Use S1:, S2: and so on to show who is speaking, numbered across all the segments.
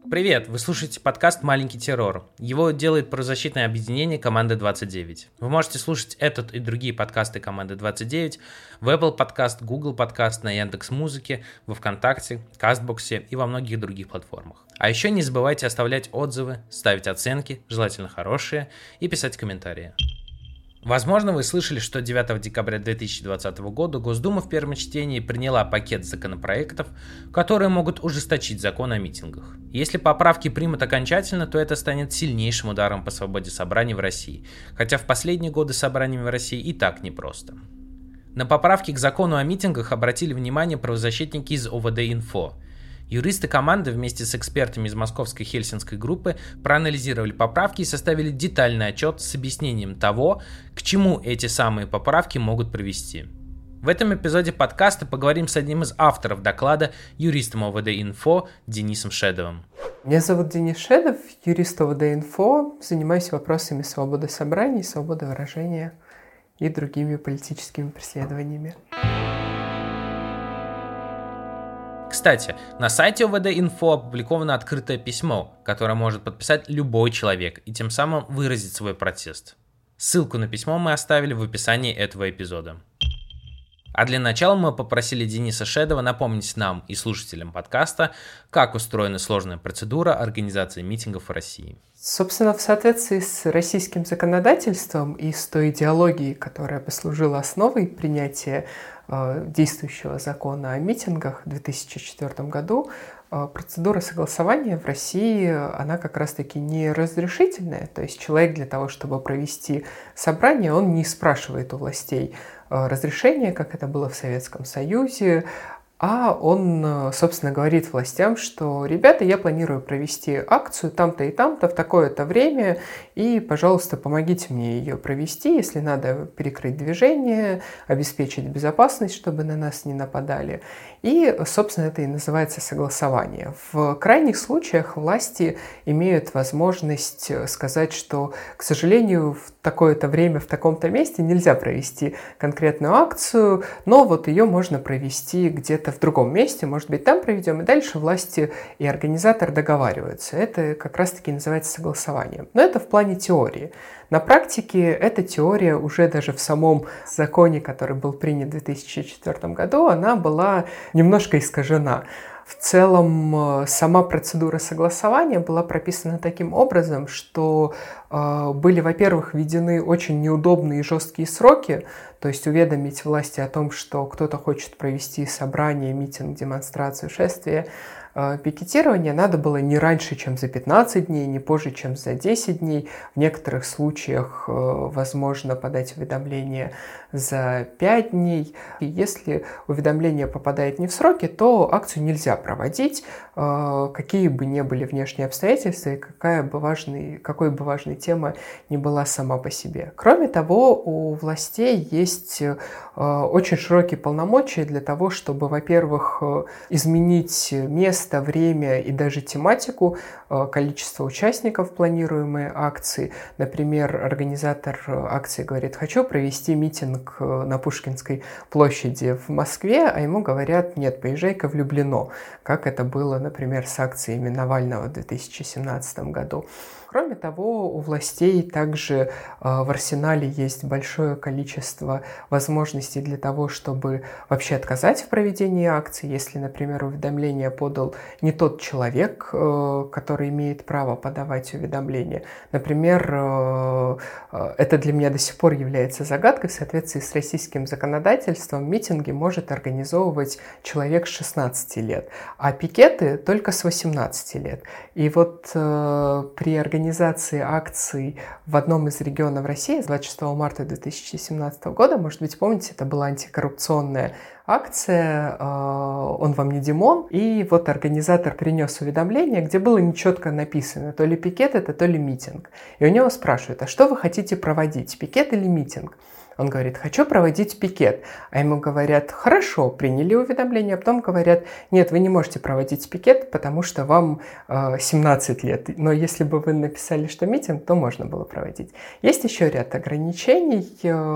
S1: Привет! Вы слушаете подкаст «Маленький террор». Его делает правозащитное объединение «Команда 29». Вы можете слушать этот и другие подкасты «Команды 29» в Apple Podcast, Google Podcast, на Яндекс.Музыке, во ВКонтакте, Кастбоксе и во многих других платформах. А еще не забывайте оставлять отзывы, ставить оценки, желательно хорошие, и писать комментарии. Возможно, вы слышали, что 9 декабря 2020 года Госдума в первом чтении приняла пакет законопроектов, которые могут ужесточить закон о митингах. Если поправки примут окончательно, то это станет сильнейшим ударом по свободе собраний в России, хотя в последние годы с собраниями в России и так непросто. На поправки к закону о митингах обратили внимание правозащитники из ОВД-Инфо. Юристы команды вместе с экспертами из московской хельсинской группы проанализировали поправки и составили детальный отчет с объяснением того, к чему эти самые поправки могут привести. В этом эпизоде подкаста поговорим с одним из авторов доклада, юристом ОВД-Инфо Денисом Шедовым.
S2: Меня зовут Денис Шедов, юрист ОВД-Инфо, занимаюсь вопросами свободы собраний, свободы выражения и другими политическими преследованиями.
S1: Кстати, на сайте ОВД-Инфо опубликовано открытое письмо, которое может подписать любой человек и тем самым выразить свой протест. Ссылку на письмо мы оставили в описании этого эпизода. А для начала мы попросили Дениса Шедова напомнить нам и слушателям подкаста, как устроена сложная процедура организации митингов в России.
S2: Собственно, в соответствии с российским законодательством и с той идеологией, которая послужила основой принятия действующего закона о митингах в 2004 году, процедура согласования в России, она как раз-таки не разрешительная. То есть человек для того, чтобы провести собрание, он не спрашивает у властей разрешения, как это было в Советском Союзе, а он, собственно, говорит властям, что, ребята, я планирую провести акцию там-то и там-то в такое-то время, и, пожалуйста, помогите мне ее провести, если надо перекрыть движение, обеспечить безопасность, чтобы на нас не нападали. И, собственно, это и называется согласование. В крайних случаях власти имеют возможность сказать, что, к сожалению, в такое-то время в таком-то месте нельзя провести конкретную акцию, но вот ее можно провести где-то в другом месте, может быть, там проведем, и дальше власти и организатор договариваются. Это как раз-таки называется согласованием. Но это в плане теории. На практике эта теория уже даже в самом законе, который был принят в 2004 году, она была немножко искажена. В целом, сама процедура согласования была прописана таким образом, что были, во-первых, введены очень неудобные и жесткие сроки, то есть уведомить власти о том, что кто-то хочет провести собрание, митинг, демонстрацию, шествие, пикетирование надо было не раньше, чем за 15 дней, не позже, чем за 10 дней. В некоторых случаях возможно подать уведомление за 5 дней. И если уведомление попадает не в сроки, то акцию нельзя проводить, какие бы ни были внешние обстоятельства и какой бы важной тема ни была сама по себе. Кроме того, у властей есть очень широкие полномочия для того, чтобы, во-первых, изменить место, время и даже тематику, количество участников планируемой акции. Например, организатор акции говорит: хочу провести митинг на Пушкинской площади в Москве, а ему говорят: нет, поезжай-ка в Люблино, как это было, например, с акциями Навального в 2017 году. Кроме того, у властей также в арсенале есть большое количество возможностей для того, чтобы вообще отказать в проведении акции, если, например, уведомление подал не тот человек, который имеет право подавать уведомление. Например, это для меня до сих пор является загадкой. В соответствии с российским законодательством митинги может организовывать человек с 16 лет, а пикеты только с 18 лет. И вот при организации акций в одном из регионов России с 26 марта 2017 года, может быть, помните, это была антикоррупционная акция «Он вам не Димон», и вот организатор принес уведомление, где было нечетко написано, то ли пикет это, то ли митинг. И у него спрашивают: а что вы хотите проводить, пикет или митинг? Он говорит: хочу проводить пикет. А ему говорят: хорошо, приняли уведомление, а потом говорят: нет, вы не можете проводить пикет, потому что вам 17 лет. Но если бы вы написали, что митинг, то можно было проводить. Есть еще ряд ограничений.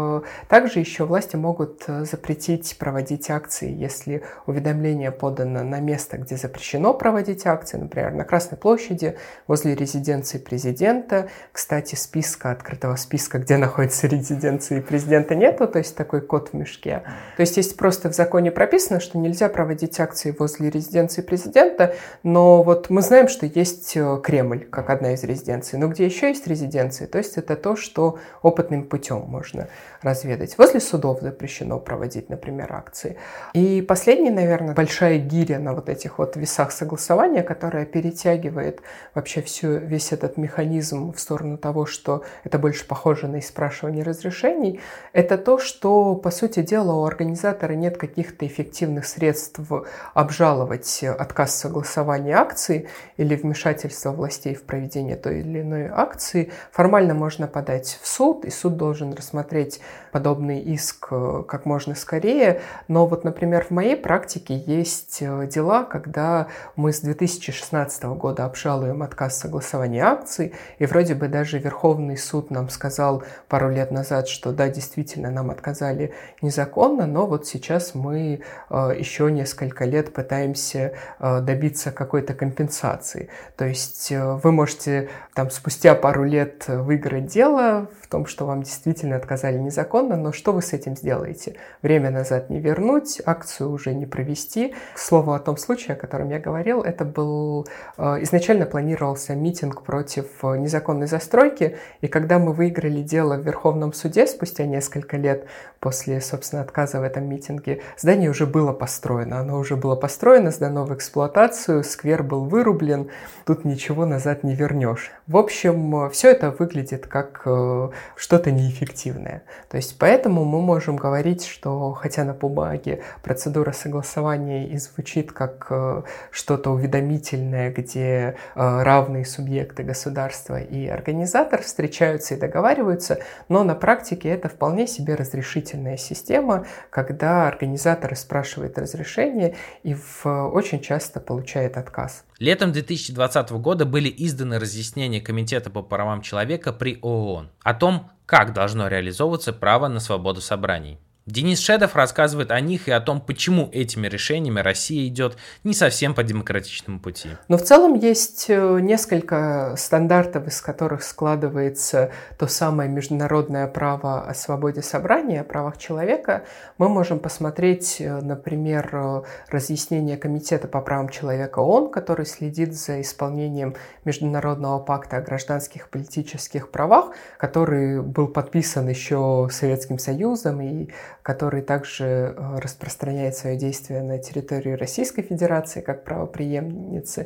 S2: Также еще власти могут запретить проводить акции, если уведомление подано на место, где запрещено проводить акции, например, на Красной площади, возле резиденции президента. Кстати, открытого списка, где находится резиденция президента, нету, то есть такой кот в мешке. То есть просто в законе прописано, что нельзя проводить акции возле резиденции президента, но вот мы знаем, что есть Кремль, как одна из резиденций, но где еще есть резиденции, то есть это то, что опытным путем можно разведать. Возле судов запрещено проводить, например, акции. И последний, наверное, большая гиря на вот этих вот весах согласования, которая перетягивает вообще весь этот механизм в сторону того, что это больше похоже на спрашивание разрешений, это то, что, по сути дела, у организатора нет каких-то эффективных средств обжаловать отказ в согласовании акции или вмешательство властей в проведение той или иной акции. Формально можно подать в суд, и суд должен рассмотреть подобный иск как можно скорее. Но вот, например, в моей практике есть дела, когда мы с 2016 года обжалуем отказ в согласовании акций, и вроде бы даже Верховный суд нам сказал пару лет назад, что да, действительно, нам отказали незаконно, но вот сейчас мы еще несколько лет пытаемся добиться какой-то компенсации. То есть вы можете там спустя пару лет выиграть дело в том, что вам действительно отказали незаконно, но что вы с этим сделаете? Время назад не вернуть, акцию уже не провести. К слову о том случае, о котором я говорил, это был изначально планировался митинг против незаконной застройки, и когда мы выиграли дело в Верховном суде спустя несколько лет после, собственно, отказа в этом митинге, здание уже было построено. Оно уже было построено, сдано в эксплуатацию, сквер был вырублен, тут ничего назад не вернешь. В общем, все это выглядит как что-то неэффективное. То есть поэтому мы можем говорить, что хотя на бумаге процедура согласования и звучит как что-то уведомительное, где равные субъекты государства и организатор встречаются и договариваются, но на практике это вполне себе разрешительная система, когда организатор спрашивает разрешение и очень часто получает отказ.
S1: Летом 2020 года были изданы разъяснения Комитета по правам человека при ООН о том, как должно реализовываться право на свободу собраний. Денис Шедов рассказывает о них и о том, почему этими решениями Россия идет не совсем по демократичному пути.
S2: Но в целом есть несколько стандартов, из которых складывается то самое международное право о свободе собрания, о правах человека. Мы можем посмотреть, например, разъяснение Комитета по правам человека ООН, который следит за исполнением Международного пакта о гражданских и политических правах, который был подписан еще Советским Союзом и который также распространяет свое действие на территории Российской Федерации как правопреемницы,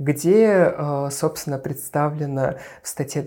S2: где, собственно, представлено в статье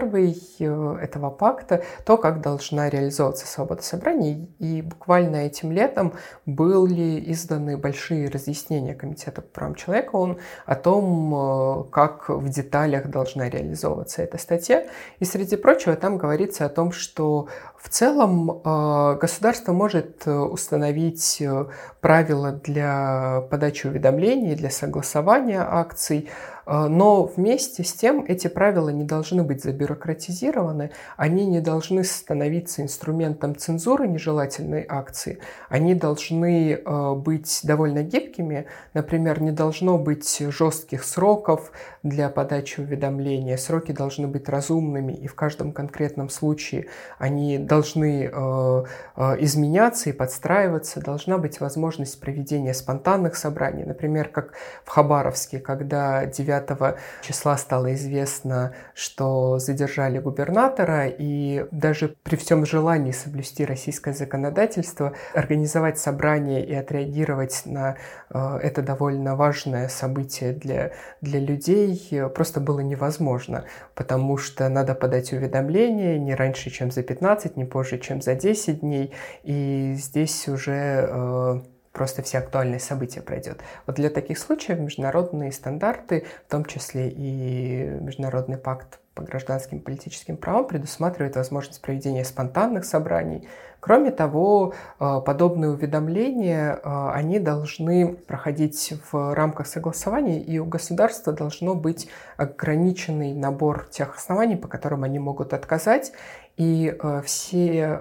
S2: 21 этого пакта то, как должна реализовываться свобода собраний. И буквально этим летом были изданы большие разъяснения Комитета по правам человека о том, как в деталях должна реализовываться эта статья. И, среди прочего, там говорится о том, что в целом государство может установить правила для подачи уведомлений, для согласования акций, но вместе с тем эти правила не должны быть забюрократизированы, они не должны становиться инструментом цензуры нежелательной акции, они должны быть довольно гибкими, например, не должно быть жестких сроков для подачи уведомления, сроки должны быть разумными, и в каждом конкретном случае они должны изменяться и подстраиваться, должна быть возможность проведения спонтанных собраний, например, как в Хабаровске, когда 9 числа стало известно, что задержали губернатора, и даже при всем желании соблюсти российское законодательство, организовать собрание и отреагировать на это довольно важное событие для людей просто было невозможно, потому что надо подать уведомление не раньше, чем за 15, не позже, чем за 10 дней, и здесь уже просто все актуальные события пройдет. Вот для таких случаев международные стандарты, в том числе и Международный пакт по гражданским и политическим правам предусматривает возможность проведения спонтанных собраний. Кроме того, подобные уведомления, они должны проходить в рамках согласования, и у государства должно быть ограниченный набор тех оснований, по которым они могут отказать. И все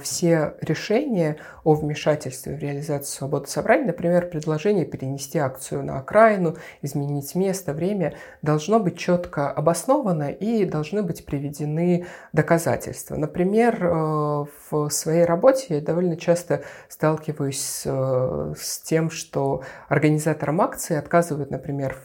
S2: решения о вмешательстве в реализацию свободы собраний, например, предложение перенести акцию на окраину, изменить место, время, должно быть четко обосновано и должны быть приведены доказательства. Например, в своей работе я довольно часто сталкиваюсь с тем, что организаторам акции отказывают, например,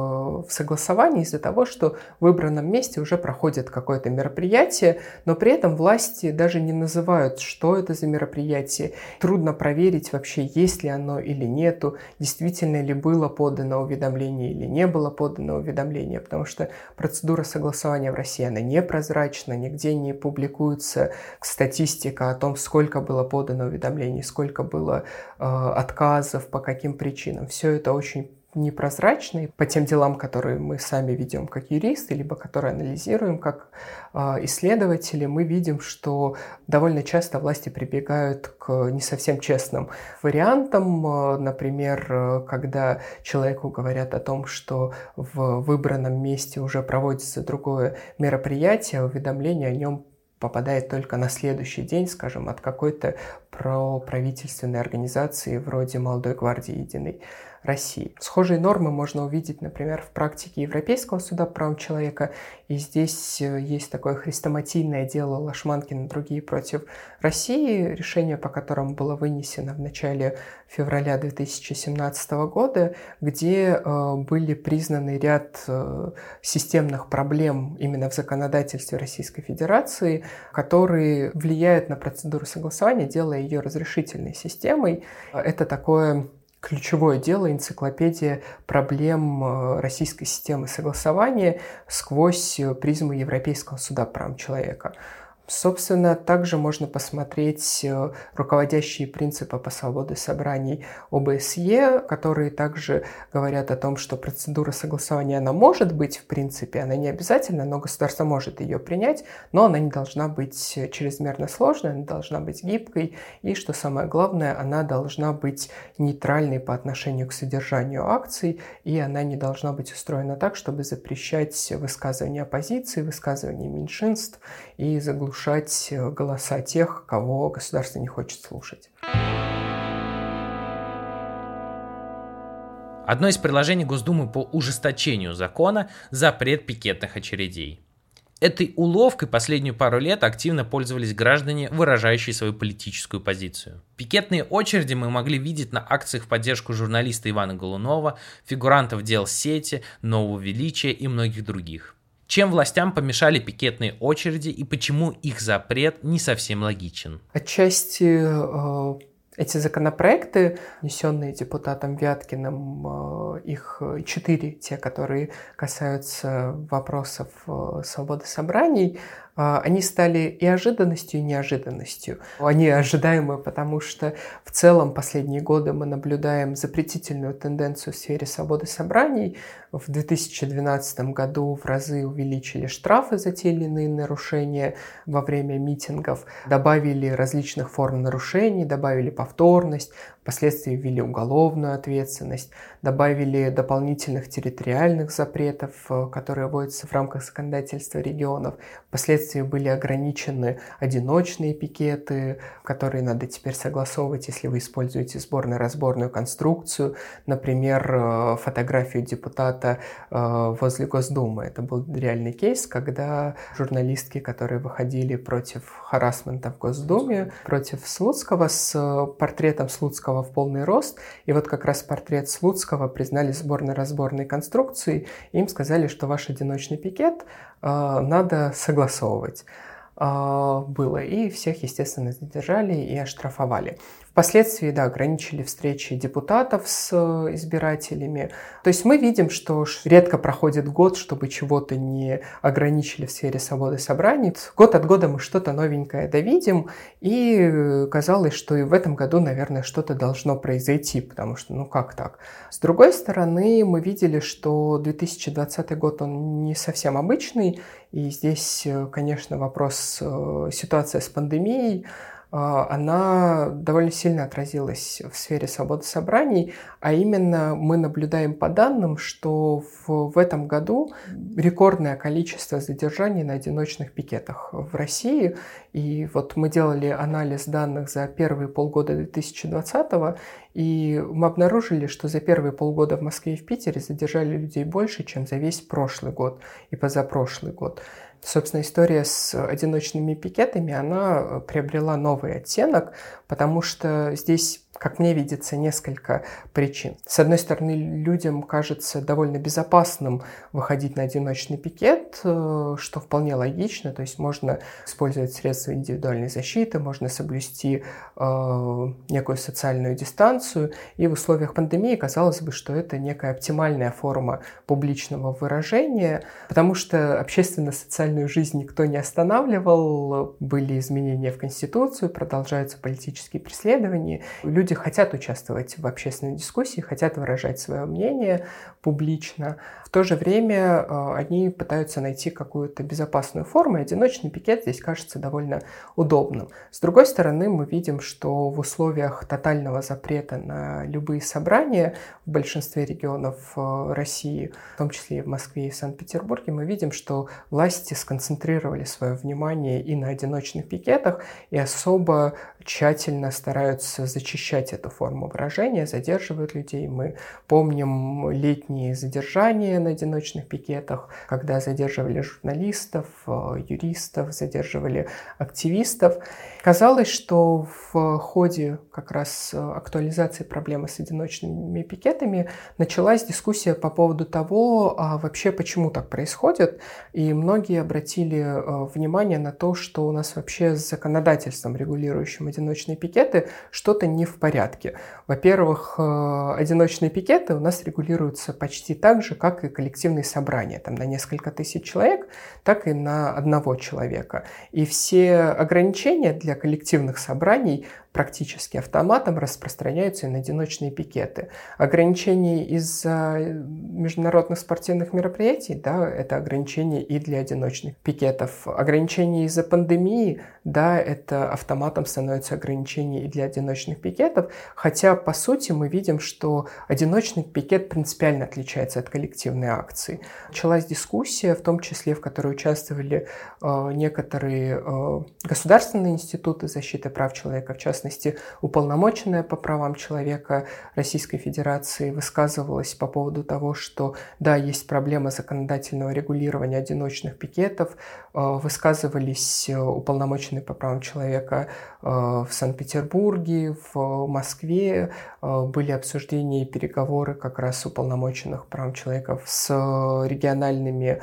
S2: в согласовании из-за того, что в выбранном месте уже проходит какое-то мероприятие, но при этом власти даже не называют, что это за мероприятие. Трудно проверить вообще, есть ли оно или нету, действительно ли было подано уведомление или не было подано уведомление, потому что процедура согласования в России, она непрозрачна, нигде не публикуется статистика о том, сколько было подано уведомлений, сколько было отказов, по каким причинам. Все это очень непрозрачный по тем делам, которые мы сами ведем как юристы, либо которые анализируем как исследователи, мы видим, что довольно часто власти прибегают к не совсем честным вариантам. Например, когда человеку говорят о том, что в выбранном месте уже проводится другое мероприятие, уведомление о нем попадает только на следующий день, скажем, от какой-то проправительственной организации вроде «Молодой гвардии Единой России». Схожие нормы можно увидеть, например, в практике Европейского суда по правам человека. И здесь есть такое хрестоматийное дело Лашманкина и другие против России, решение по которому было вынесено в начале февраля 2017 года, где были признаны ряд системных проблем именно в законодательстве Российской Федерации, которые влияют на процедуру согласования, делая ее разрешительной системой. Это такое ключевое дело, энциклопедия проблем российской системы согласования сквозь призму Европейского суда по правам человека. Собственно, также можно посмотреть руководящие принципы по свободе собраний ОБСЕ, которые также говорят о том, что процедура согласования, она может быть, в принципе, она не обязательна, но государство может ее принять, но она не должна быть чрезмерно сложной, она должна быть гибкой, и, что самое главное, она должна быть нейтральной по отношению к содержанию акций, и она не должна быть устроена так, чтобы запрещать высказывание оппозиции, высказывание меньшинств и заглушать голоса тех, кого государство не хочет слушать.
S1: Одно из предложений Госдумы по ужесточению закона – запрет пикетных очередей. Этой уловкой последнюю пару лет активно пользовались граждане, выражающие свою политическую позицию. Пикетные очереди мы могли видеть на акциях в поддержку журналиста Ивана Голунова, фигурантов дел Сети, Нового Величия и многих других. Чем властям помешали пикетные очереди и почему их запрет не совсем логичен?
S2: Отчасти эти законопроекты, внесенные депутатом Вяткиным, их 4, те, которые касаются вопросов свободы собраний, они стали и ожиданностью, и неожиданностью. Они ожидаемы, потому что в целом последние годы мы наблюдаем запретительную тенденцию в сфере свободы собраний. В 2012 году в разы увеличили штрафы за те или иные нарушения во время митингов, добавили различных форм нарушений, добавили повторность, впоследствии ввели уголовную ответственность, добавили дополнительных территориальных запретов, которые вводятся в рамках законодательства регионов. Впоследствии были ограничены одиночные пикеты, которые надо теперь согласовывать, если вы используете сборно-разборную конструкцию. Например, фотографию депутата возле Госдумы. Это был реальный кейс, когда журналистки, которые выходили против харассмента в Госдуме, против Слуцкого, с портретом Слуцкого в полный рост. И вот как раз портрет Слуцкого признали сборно-разборной конструкцией. И им сказали, что ваш одиночный пикет надо согласовывать. Было. И всех, естественно, задержали и оштрафовали. В Впоследствии, да, ограничили встречи депутатов с избирателями. То есть мы видим, что редко проходит год, чтобы чего-то не ограничили в сфере свободы собраний. Год от года мы что-то новенькое довидим, и казалось, что и в этом году, наверное, что-то должно произойти, потому что, ну как так? С другой стороны, мы видели, что 2020 год, он не совсем обычный, и здесь, конечно, вопрос, ситуация с пандемией, она довольно сильно отразилась в сфере свободы собраний, а именно мы наблюдаем по данным, что в этом году рекордное количество задержаний на одиночных пикетах в России. И вот мы делали анализ данных за первые полгода 2020-го, и мы обнаружили, что за первые полгода в Москве и в Питере задержали людей больше, чем за весь прошлый год и позапрошлый год. Собственно, история с одиночными пикетами, она приобрела новый оттенок, потому что здесь, как мне видится, несколько причин. С одной стороны, людям кажется довольно безопасным выходить на одиночный пикет, что вполне логично, то есть можно использовать средства индивидуальной защиты, можно соблюсти некую социальную дистанцию, и в условиях пандемии казалось бы, что это некая оптимальная форма публичного выражения, потому что общественно-социальную жизнь никто не останавливал, были изменения в Конституцию, продолжаются политические преследования, люди хотят участвовать в общественной дискуссии, хотят выражать свое мнение публично. В то же время они пытаются найти какую-то безопасную форму, и одиночный пикет здесь кажется довольно удобным. С другой стороны, мы видим, что в условиях тотального запрета на любые собрания в большинстве регионов России, в том числе и в Москве и в Санкт-Петербурге, мы видим, что власти сконцентрировали свое внимание и на одиночных пикетах, и особо тщательно стараются зачищать эту форму выражения, задерживают людей. Мы помним летние задержания на одиночных пикетах, когда задерживали журналистов, юристов, задерживали активистов. Казалось, что в ходе как раз актуализации проблемы с одиночными пикетами началась дискуссия по поводу того, а вообще почему так происходит. И многие обратили внимание на то, что у нас вообще с законодательством, регулирующим одиночные пикеты, что-то не в порядке. Во-первых, одиночные пикеты у нас регулируются почти так же, как и коллективные собрания, там на несколько тысяч человек, так и на одного человека. И все ограничения для коллективных собраний практически автоматом распространяются и на одиночные пикеты. Ограничения из-за международных спортивных мероприятий, да, это ограничения и для одиночных пикетов. Ограничения из-за пандемии, да, это автоматом становятся ограничения и для одиночных пикетов, хотя, по сути, мы видим, что одиночный пикет принципиально отличается от коллективной акции. Началась дискуссия, в том числе, в которой участвовали некоторые государственные институты защиты прав человека, в частности, уполномоченная по правам человека Российской Федерации высказывалась по поводу того, что да, есть проблема законодательного регулирования одиночных пикетов, высказывались уполномоченные по правам человека в Санкт-Петербурге, в Москве, были обсуждения и переговоры как раз уполномоченных по правам человека с региональными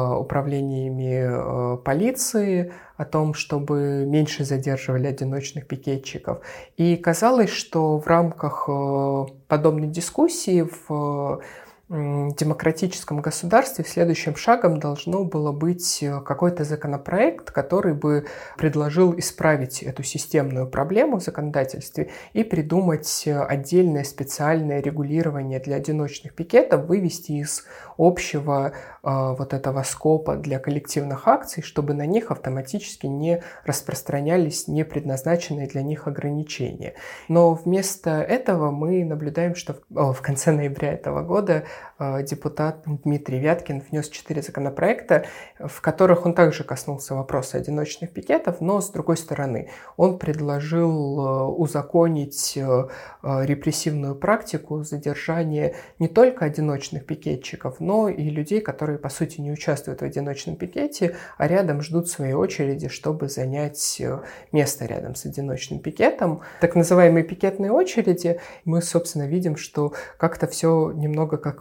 S2: управлениями полиции о том, чтобы меньше задерживали одиночных пикетчиков. И казалось, что в рамках подобной дискуссии в демократическом государстве следующим шагом должно было быть какой-то законопроект, который бы предложил исправить эту системную проблему в законодательстве и придумать отдельное специальное регулирование для одиночных пикетов, вывести из общего вот этого скопа для коллективных акций, чтобы на них автоматически не распространялись не предназначенные для них ограничения. Но вместо этого мы наблюдаем, что в конце ноября этого года депутат Дмитрий Вяткин внес 4 законопроекта, в которых он также коснулся вопроса одиночных пикетов, но с другой стороны он предложил узаконить репрессивную практику задержания не только одиночных пикетчиков, но и людей, которые по сути не участвуют в одиночном пикете, а рядом ждут своей очереди, чтобы занять место рядом с одиночным пикетом. Так называемые пикетные очереди, мы, собственно, видим, что как-то все немного как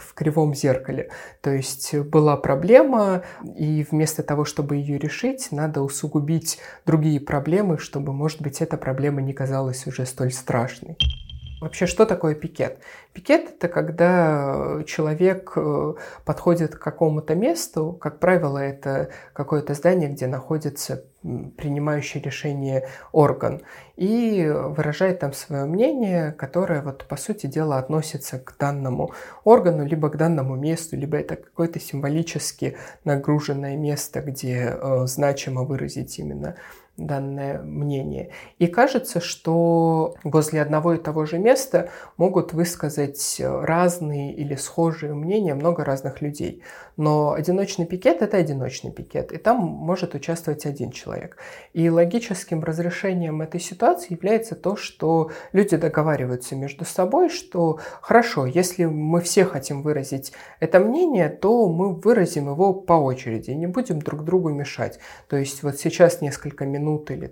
S2: в кривом зеркале. То есть была проблема, и вместо того, чтобы ее решить, надо усугубить другие проблемы, чтобы, может быть, эта проблема не казалась уже столь страшной. Вообще, что такое пикет? Пикет – это когда человек подходит к какому-то месту, как правило, это какое-то здание, где находится принимающий решение орган, и выражает там свое мнение, которое, по сути дела, относится к данному органу, либо к данному месту, либо это какое-то символически нагруженное место, где значимо выразить именно данное мнение. И кажется, что возле одного и того же места могут высказать разные или схожие мнения много разных людей. Но одиночный пикет – это одиночный пикет, и там может участвовать один человек. И логическим разрешением этой ситуации является то, что люди договариваются между собой, что хорошо, если мы все хотим выразить это мнение, то мы выразим его по очереди, не будем друг другу мешать. То есть сейчас несколько минут или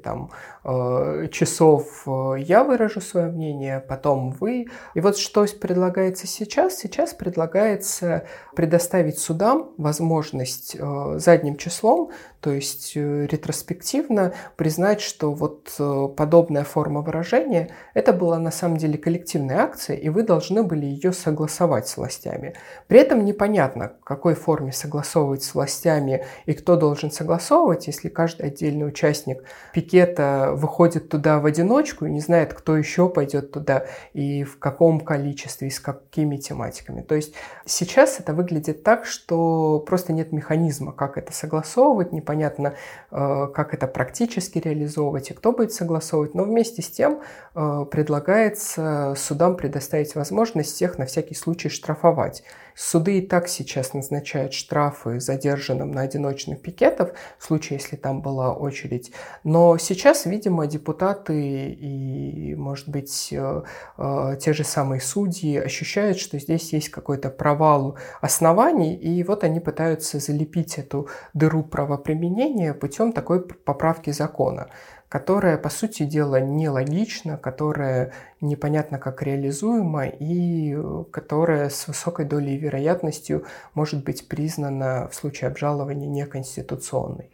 S2: часов я выражу свое мнение, потом вы. И что предлагается сейчас? Сейчас предлагается предоставить судам возможность задним числом, то есть ретроспективно признать, что подобная форма выражения это была на самом деле коллективная акция, и вы должны были ее согласовать с властями. При этом непонятно, в какой форме согласовывать с властями и кто должен согласовывать, если каждый отдельный участник пикета выходит туда в одиночку и не знает, кто еще пойдет туда и в каком количестве и с какими тематиками. То есть сейчас это выглядит так, что просто нет механизма, как это согласовывать, непонятно, как это практически реализовывать и кто будет согласовывать, но вместе с тем предлагается судам предоставить возможность всех на всякий случай штрафовать. Суды и так сейчас назначают штрафы задержанным на одиночных пикетах, в случае, если там была очередь. Но сейчас, видимо, депутаты и, может быть, те же самые судьи ощущают, что здесь есть какой-то провал оснований, и они пытаются залепить эту дыру правоприменения путем такой поправки закона, которая, по сути дела, нелогична, которая непонятно как реализуема и которая с высокой долей вероятностью может быть признана в случае обжалования неконституционной.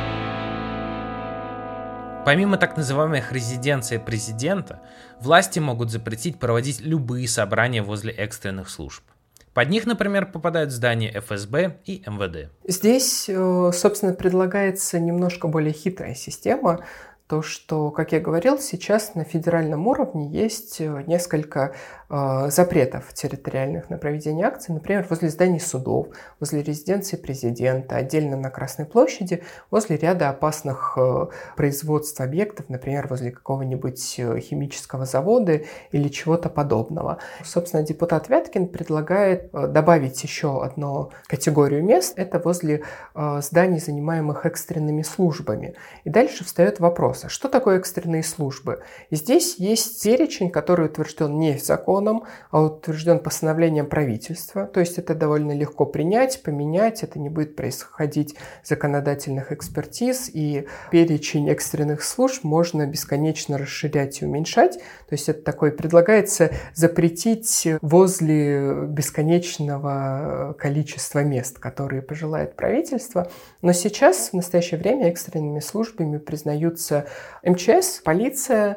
S1: Помимо так называемых резиденций президента, власти могут запретить проводить любые собрания возле экстренных служб. Под них, например, попадают здания ФСБ и МВД.
S2: Здесь, собственно, предлагается немножко более хитрая система. То, что, как я говорил, сейчас на федеральном уровне есть несколько запретов территориальных на проведение акций, например, возле зданий судов, возле резиденции президента, отдельно на Красной площади, возле ряда опасных производств объектов, например, возле какого-нибудь химического завода или чего-то подобного. Собственно, депутат Вяткин предлагает добавить еще одну категорию мест, это возле зданий, занимаемых экстренными службами. И дальше встает вопрос, а что такое экстренные службы? И здесь есть перечень, который утвержден не законом, а утвержден постановлением правительства. То есть это довольно легко принять, поменять, это не будет происходить законодательных экспертиз, и перечень экстренных служб можно бесконечно расширять и уменьшать. То есть это предлагается запретить возле бесконечного количества мест, которые пожелает правительство. Но сейчас, в настоящее время, экстренными службами признаются МЧС, полиция,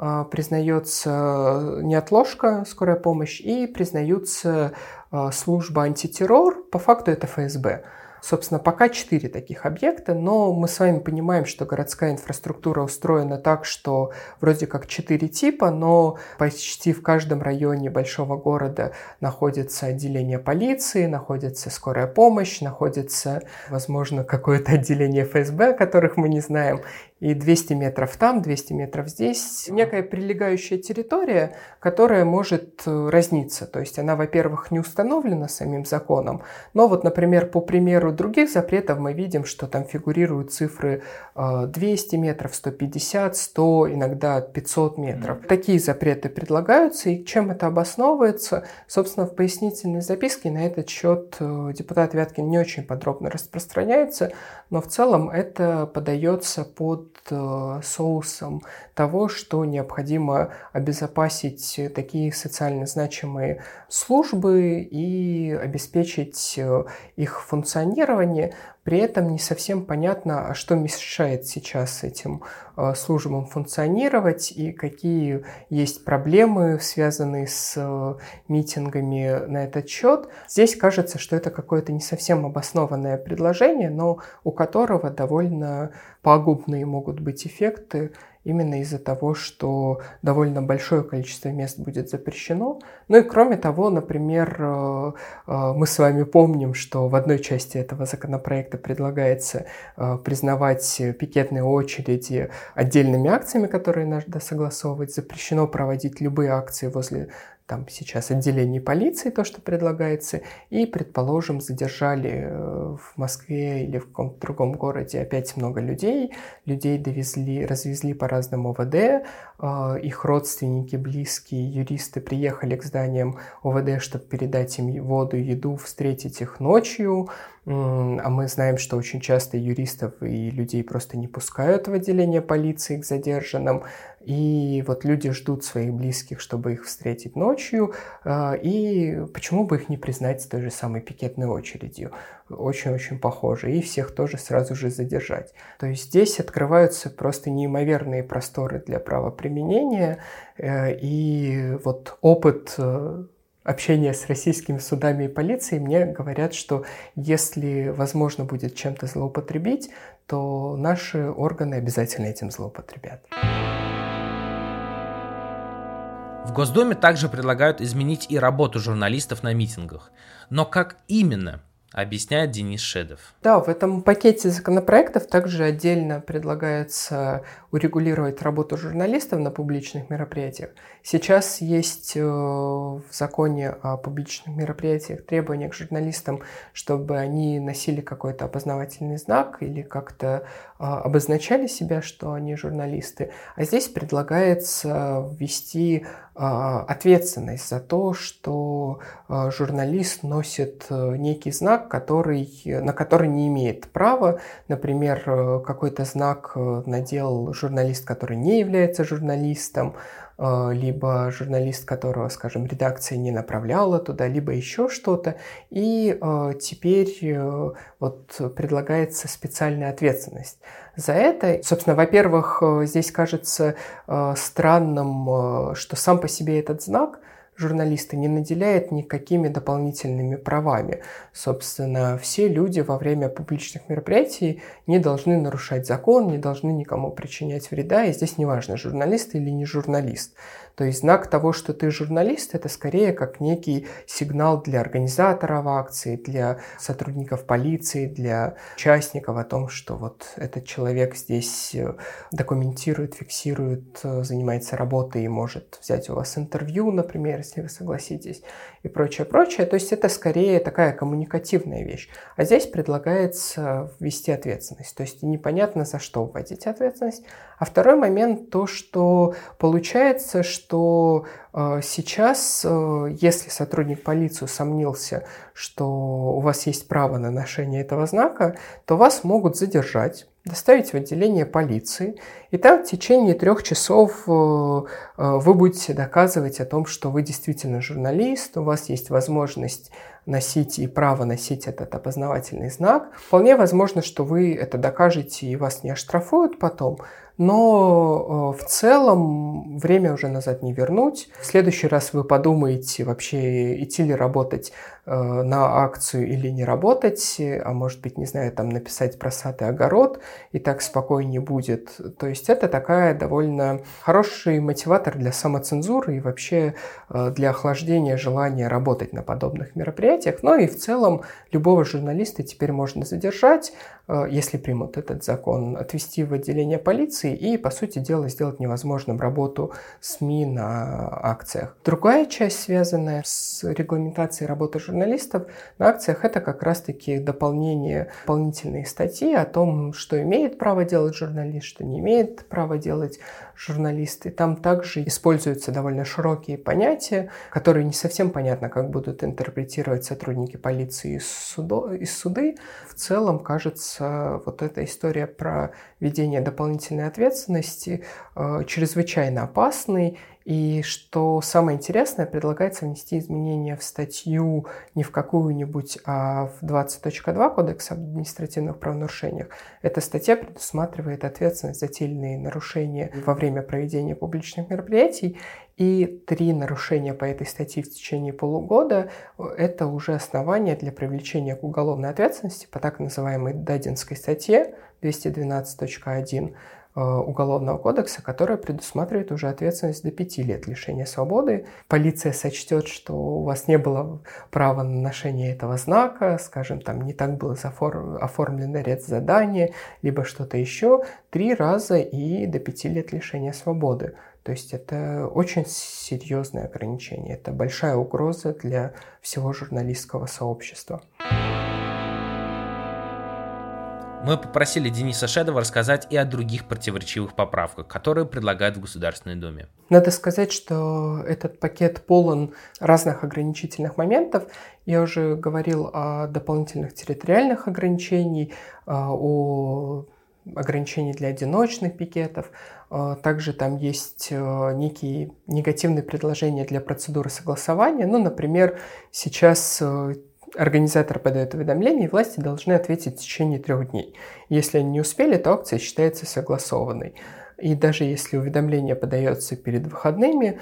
S2: признается неотложка, скорая помощь, и признаются служба антитеррор, по факту это ФСБ. Собственно, пока 4 таких объекта, но мы с вами понимаем, что городская инфраструктура устроена так, что вроде как 4 типа, но почти в каждом районе большого города находится отделение полиции, находится скорая помощь, находится, возможно, какое-то отделение ФСБ, о которых мы не знаем, и 200 метров там, 200 метров здесь. Некая прилегающая территория, которая может разниться. То есть она, во-первых, не установлена самим законом, но например, по примеру других запретов мы видим, что там фигурируют цифры 200 метров, 150, 100, иногда 500 метров. Такие запреты предлагаются, и чем это обосновывается? Собственно, в пояснительной записке на этот счет депутат Вяткин не очень подробно распространяется, но в целом это подается под соусом того, что необходимо обезопасить такие социально значимые службы и обеспечить их функционирование. При этом не совсем понятно, а что мешает сейчас этим службам функционировать и какие есть проблемы, связанные с митингами на этот счет. Здесь кажется, что это какое-то не совсем обоснованное предложение, но у которого довольно пагубные могут быть эффекты именно из-за того, что довольно большое количество мест будет запрещено. Ну и кроме того, например, мы с вами помним, что в одной части этого законопроекта предлагается признавать пикетные очереди отдельными акциями, которые надо согласовывать. Запрещено проводить любые акции возле там сейчас отделений полиции, то, что предлагается, и, предположим, задержали в Москве или в каком-то другом городе опять много людей развезли по разным ОВД, их родственники, близкие, юристы приехали к зданиям ОВД, чтобы передать им воду, еду, встретить их ночью, а мы знаем, что очень часто юристов и людей просто не пускают в отделение полиции к задержанным, и вот люди ждут своих близких, чтобы их встретить ночью, и почему бы их не признать той же самой пикетной очередью? Очень-очень похоже, и всех тоже сразу же задержать. То есть здесь открываются просто неимоверные просторы для правоприменения, и вот опыт общения с российскими судами и полицией мне говорят, что если возможно будет чем-то злоупотребить, то наши органы обязательно этим злоупотребят.
S1: В Госдуме также предлагают изменить и работу журналистов на митингах. Но как именно, объясняет Денис Шедов.
S2: Да, в этом пакете законопроектов также отдельно предлагается урегулировать работу журналистов на публичных мероприятиях. Сейчас есть в законе о публичных мероприятиях требования к журналистам, чтобы они носили какой-то опознавательный знак или как-то обозначали себя, что они журналисты. А здесь предлагается ввести ответственность за то, что журналист носит некий знак, на который не имеет права. Например, какой-то знак надел журналист, который не является журналистом, либо журналист, которого, скажем, редакция не направляла туда, либо еще что-то. И теперь вот предлагается специальная ответственность за это. Собственно, во-первых, здесь кажется странным, что сам по себе этот знак журналиста не наделяет никакими дополнительными правами. Собственно, все люди во время публичных мероприятий не должны нарушать закон, не должны никому причинять вреда, и здесь неважно, журналист или не журналист. То есть знак того, что ты журналист, это скорее как некий сигнал для организаторов акции, для сотрудников полиции, для участников о том, что вот этот человек здесь документирует, фиксирует, занимается работой и может взять у вас интервью, например, если вы согласитесь, и прочее, прочее. То есть это скорее такая коммуникативная вещь. А здесь предлагается ввести ответственность. То есть непонятно, за что вводить ответственность. А второй момент то, что получается, что сейчас, если сотрудник полиции усомнился, что у вас есть право на ношение этого знака, то вас могут задержать, доставить в отделение полиции, и там в течение 3 часов вы будете доказывать о том, что вы действительно журналист, у вас есть возможность носить и право носить этот опознавательный знак. Вполне возможно, что вы это докажете и вас не оштрафуют потом, но в целом время уже назад не вернуть. В следующий раз вы подумаете, вообще идти ли работать на акцию или не работать, а может быть, не знаю, там написать просатый огород, и так спокойнее будет. То есть это такая довольно хороший мотиватор для самоцензуры и вообще для охлаждения желания работать на подобных мероприятиях. Ну и в целом любого журналиста теперь можно задержать, если примут этот закон, отвезти в отделение полиции и, по сути дела, сделать невозможным работу СМИ на акциях. Другая часть, связанная с регламентацией работы журналистов на акциях, это как раз-таки дополнительные статьи о том, что имеет право делать журналист, что не имеет права делать журналист, и там также используются довольно широкие понятия, которые не совсем понятно, как будут интерпретировать сотрудники полиции и суды. В целом, кажется, вот эта история про введение дополнительной ответственности чрезвычайно опасной. И что самое интересное, предлагается внести изменения в статью не в какую-нибудь, а в 20.2 Кодекса об административных правонарушениях. Эта статья предусматривает ответственность за те или иные нарушения во время проведения публичных мероприятий. И 3 нарушения по этой статье в течение полугода – это уже основание для привлечения к уголовной ответственности по так называемой Дадинской статье 212.1 Уголовного кодекса, которая предусматривает уже ответственность до 5 лет лишения свободы. Полиция сочтет, что у вас не было права на ношение этого знака, скажем, там не так было оформлено ряд задания, либо что-то еще, 3 раза и до 5 лет лишения свободы. То есть это очень серьезное ограничение, это большая угроза для всего журналистского сообщества.
S1: Мы попросили Дениса Шедова рассказать и о других противоречивых поправках, которые предлагают в Государственной Думе.
S2: Надо сказать, что этот пакет полон разных ограничительных моментов. Я уже говорил о дополнительных территориальных ограничениях, о ограничений для одиночных пикетов. Также там есть некие негативные предложения для процедуры согласования. Например, сейчас организатор подает уведомление, и власти должны ответить в течение 3 дней. Если они не успели, то акция считается согласованной. И даже если уведомление подается перед выходными,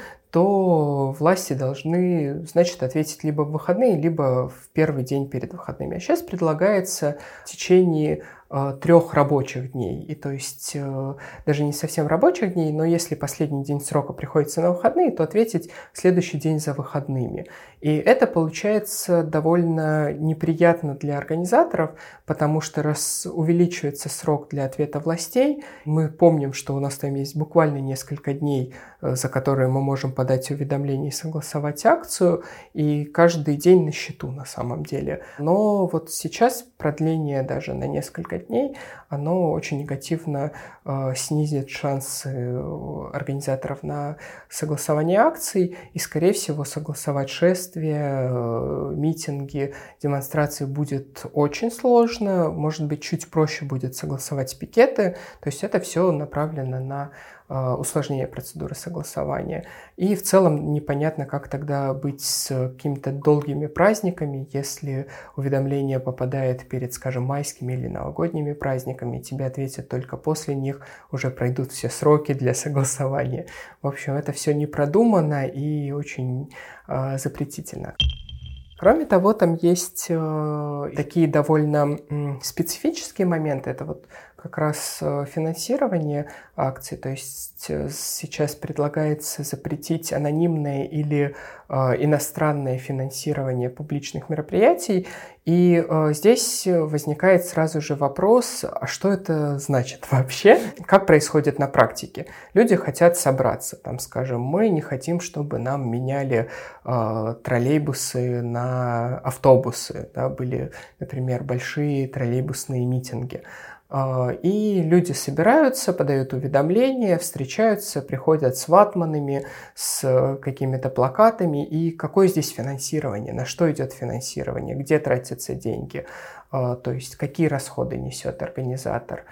S2: то власти должны, значит, ответить либо в выходные, либо в первый день перед выходными. А сейчас предлагается в течение 3 рабочих дней. И то есть даже не совсем рабочих дней, но если последний день срока приходится на выходные, то ответить в следующий день за выходными. И это получается довольно неприятно для организаторов, потому что раз увеличивается срок для ответа властей, мы помним, что у нас там есть буквально несколько дней, за которые мы можем подать уведомление и согласовать акцию, и каждый день на счету на самом деле. Но вот сейчас продление даже на несколько дней, оно очень негативно снизит шансы организаторов на согласование акций, и, скорее всего, согласовать шествия, митинги, демонстрации будет очень сложно, может быть, чуть проще будет согласовать пикеты, то есть это все направлено на усложнение процедуры согласования. И в целом непонятно, как тогда быть с какими-то долгими праздниками, если уведомление попадает перед, скажем, майскими или новогодними праздниками, тебе ответят только после них, уже пройдут все сроки для согласования. В общем, это все не продумано и очень запретительно. Кроме того, там есть такие довольно специфические моменты. Это вот как раз финансирование акций. То есть сейчас предлагается запретить анонимное или иностранное финансирование публичных мероприятий. И здесь возникает сразу же вопрос, а что это значит вообще? Как происходит на практике? Люди хотят собраться. Там, скажем, мы не хотим, чтобы нам меняли троллейбусы на автобусы. Да, были, например, большие троллейбусные митинги. И люди собираются, подают уведомления, встречаются, приходят с ватманами, с какими-то плакатами. И какое здесь финансирование? На что идет финансирование? Где тратятся деньги? То есть какие расходы несет организатор?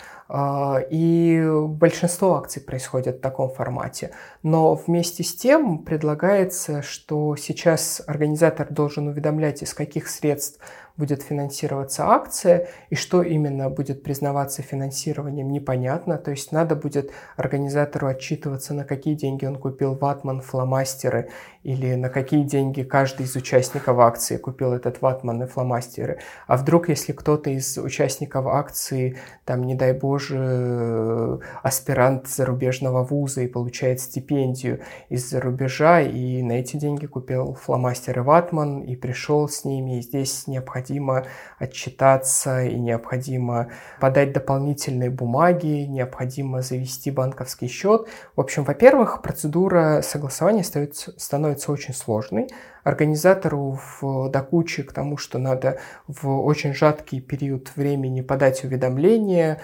S2: И большинство акций происходит в таком формате. Но вместе с тем предлагается, что сейчас организатор должен уведомлять, из каких средств будет финансироваться акция, и что именно будет признаваться финансированием, непонятно. То есть надо будет организатору отчитываться, на какие деньги он купил ватман, фломастеры, или на какие деньги каждый из участников акции купил этот ватман и фломастеры. А вдруг, если кто-то из участников акции, там, не дай боже, аспирант зарубежного вуза и получает стипендию из-за рубежа, и на эти деньги купил фломастер и ватман, и пришел с ними, и здесь необходимо необходимо отчитаться и необходимо подать дополнительные бумаги, необходимо завести банковский счет. В общем, во-первых, процедура согласования становится очень сложной. Организатору докучи к тому, что надо в очень сжаткий период времени подать уведомление,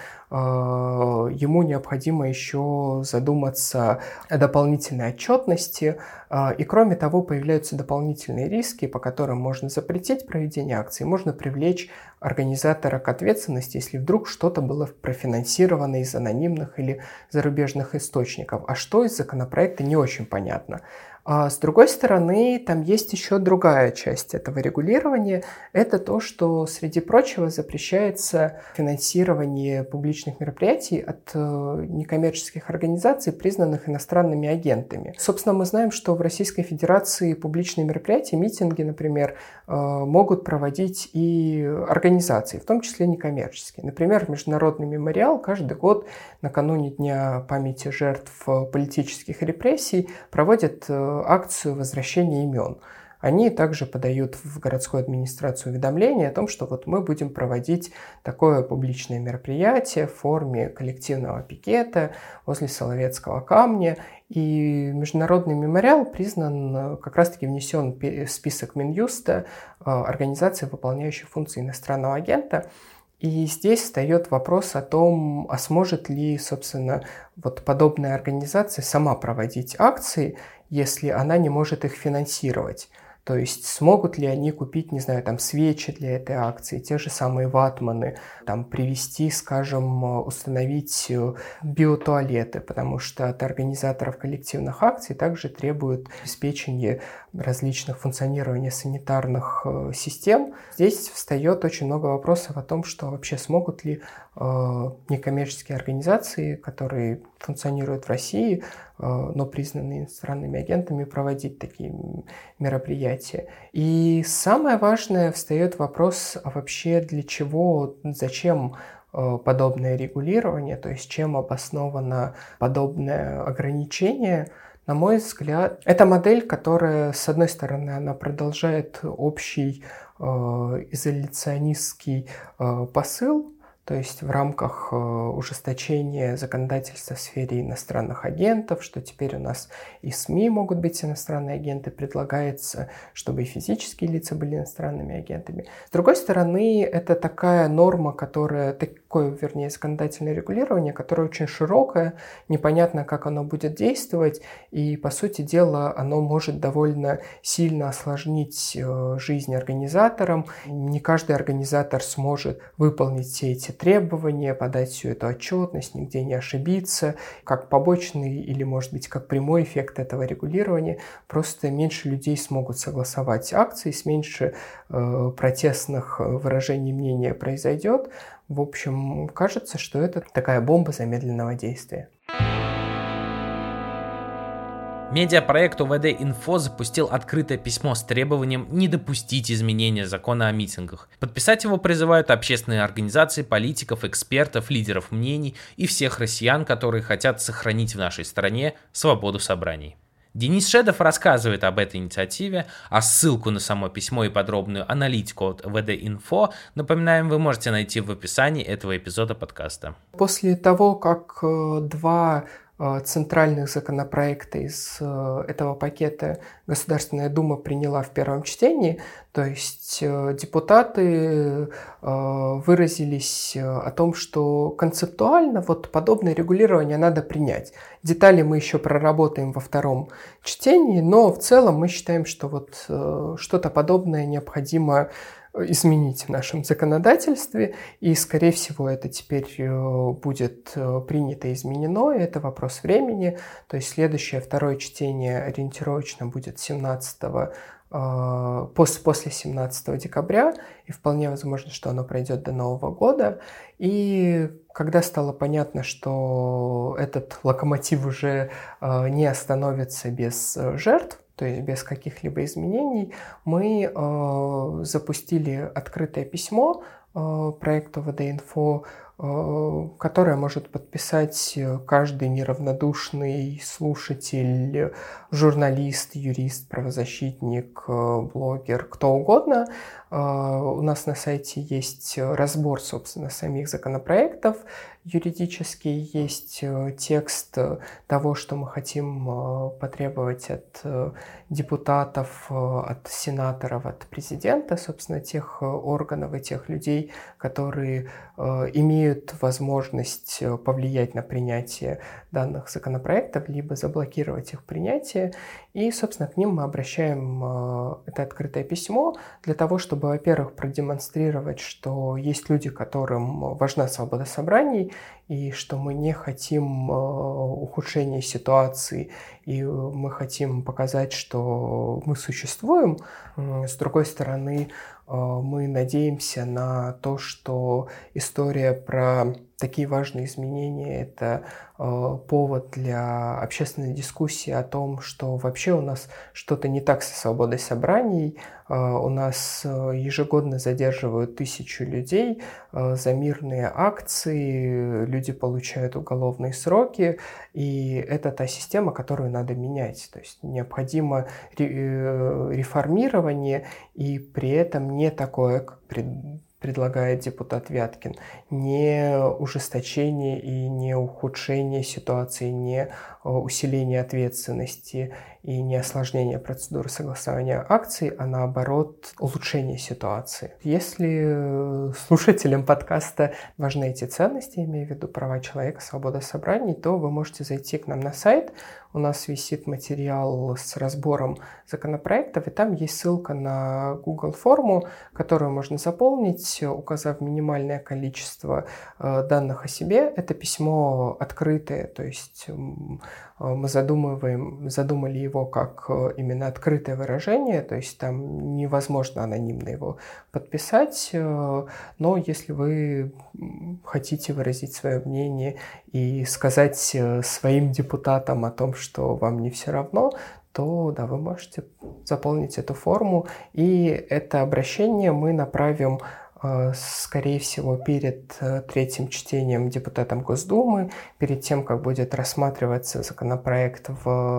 S2: ему необходимо еще задуматься о дополнительной отчетности, и кроме того появляются дополнительные риски, по которым можно запретить проведение акций, можно привлечь организатора к ответственности, если вдруг что-то было профинансировано из анонимных или зарубежных источников. А что из законопроекта, не очень понятно. А с другой стороны, там есть еще другая часть этого регулирования. Это то, что, среди прочего, запрещается финансирование публичных мероприятий от некоммерческих организаций, признанных иностранными агентами. Собственно, мы знаем, что в Российской Федерации публичные мероприятия, митинги, например, могут проводить и организации, в том числе некоммерческие. Например, Международный мемориал каждый год накануне Дня памяти жертв политических репрессий проводит акцию возвращения имен. Они также подают в городскую администрацию уведомление о том, что вот мы будем проводить такое публичное мероприятие в форме коллективного пикета возле Соловецкого камня. И Международный мемориал признан, как раз-таки внесен в список Минюста организаций, выполняющих функции иностранного агента. И здесь встает вопрос о том, а сможет ли, собственно, вот подобная организация сама проводить акции, если она не может их финансировать. То есть смогут ли они купить, не знаю, там свечи для этой акции, те же самые ватманы, там привести, скажем, установить биотуалеты, потому что от организаторов коллективных акций также требуют обеспечения различных функционирования санитарных систем. Здесь встает очень много вопросов о том, что вообще смогут ли некоммерческие организации, которые функционируют в России, но признаны иностранными агентами, проводить такие мероприятия. И самое важное, встает вопрос, а вообще для чего, зачем подобное регулирование, то есть чем обосновано подобное ограничение. На мой взгляд, это модель, которая, с одной стороны, она продолжает общий изоляционистский посыл, то есть в рамках ужесточения законодательства в сфере иностранных агентов, что теперь у нас и СМИ могут быть иностранные агенты, предлагается, чтобы и физические лица были иностранными агентами. С другой стороны, это такая норма, вернее, законодательное регулирование, которое очень широкое, непонятно, как оно будет действовать, и, по сути дела, оно может довольно сильно осложнить жизнь организаторам. Не каждый организатор сможет выполнить все эти требования, подать всю эту отчетность, нигде не ошибиться. Как побочный или, может быть, как прямой эффект этого регулирования, просто меньше людей смогут согласовать акции, меньше протестных выражений мнения произойдет. В общем, кажется, что это такая бомба замедленного действия.
S1: Медиапроект ОВД-Инфо запустил открытое письмо с требованием не допустить изменения закона о митингах. Подписать его призывают общественные организации, политиков, экспертов, лидеров мнений и всех россиян, которые хотят сохранить в нашей стране свободу собраний. Денис Шедов рассказывает об этой инициативе, а ссылку на само письмо и подробную аналитику от ОВД-Инфо, напоминаем, вы можете найти в описании этого эпизода подкаста.
S2: После того, как два центральных законопроекта из этого пакета Государственная Дума приняла в первом чтении, то есть депутаты выразились о том, что концептуально вот подобное регулирование надо принять. Детали мы еще проработаем во втором чтении, но в целом мы считаем, что вот что-то подобное необходимо изменить в нашем законодательстве, и, скорее всего, это теперь будет принято и изменено, и это вопрос времени, то есть следующее второе чтение ориентировочно будет после 17 декабря, и вполне возможно, что оно пройдет до Нового года. И когда стало понятно, что этот локомотив уже не остановится без жертв, то есть без каких-либо изменений, мы запустили открытое письмо проекту ОВД-Инфо которое может подписать каждый неравнодушный слушатель, журналист, юрист, правозащитник, блогер, кто угодно. У нас на сайте есть разбор, собственно, самих законопроектов юридический, есть текст того, что мы хотим потребовать от депутатов, от сенаторов, от президента, собственно, тех органов и тех людей, которые имеют возможность повлиять на принятие данных законопроектов, либо заблокировать их принятие. И, собственно, к ним мы обращаем это открытое письмо для того, чтобы, во-первых, продемонстрировать, что есть люди, которым важна свобода собраний, и что мы не хотим ухудшения ситуации, и мы хотим показать, что мы существуем. С другой стороны, мы надеемся на то, что история про такие важные изменения – это повод для общественной дискуссии о том, что вообще у нас что-то не так со свободой собраний. У нас ежегодно задерживают 1000 людей за мирные акции, люди получают уголовные сроки, и это та система, которую надо менять. То есть необходимо реформирование, и при этом не такое, как предлагает депутат Вяткин, не ужесточение и не ухудшение ситуации, не усиление ответственности и не осложнение процедуры согласования акций, а наоборот улучшение ситуации. Если слушателям подкаста важны эти ценности, имею в виду права человека, свобода собраний, то вы можете зайти к нам на сайт. У нас висит материал с разбором законопроектов, и там есть ссылка на Google форму, которую можно заполнить, указав минимальное количество данных о себе. Это письмо открытое, то есть мы задумали его как именно открытое выражение, то есть там невозможно анонимно его подписать, но если вы хотите выразить свое мнение и сказать своим депутатам о том, что вам не все равно, то да, вы можете заполнить эту форму, и это обращение мы направим, скорее всего, перед третьим чтением депутатам Госдумы, перед тем, как будет рассматриваться законопроект,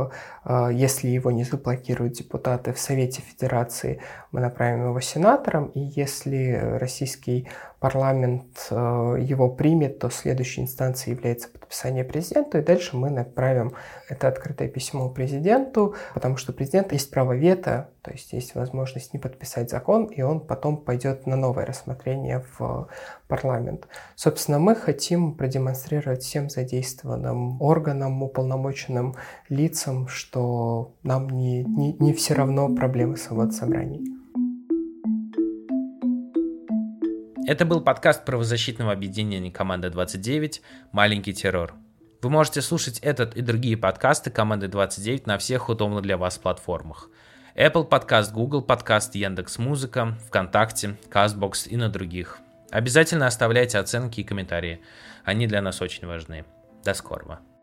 S2: если его не заблокируют депутаты в Совете Федерации, мы направим его сенаторам, и если российский парламент его примет, то следующей инстанцией является подписание президенту, и дальше мы направим это открытое письмо президенту, потому что у президента есть право вето, то есть есть возможность не подписать закон, и он потом пойдет на новое рассмотрение в парламент. Собственно, мы хотим продемонстрировать всем задействованным органам, уполномоченным лицам, что нам не все равно проблемы свободы собраний.
S1: Это был подкаст правозащитного объединения «Команда 29. Маленький террор». Вы можете слушать этот и другие подкасты «Команды 29» на всех удобных для вас платформах. Apple Podcast, Google Podcast, Яндекс.Музыка, ВКонтакте, Castbox и на других. Обязательно оставляйте оценки и комментарии. Они для нас очень важны. До скорого.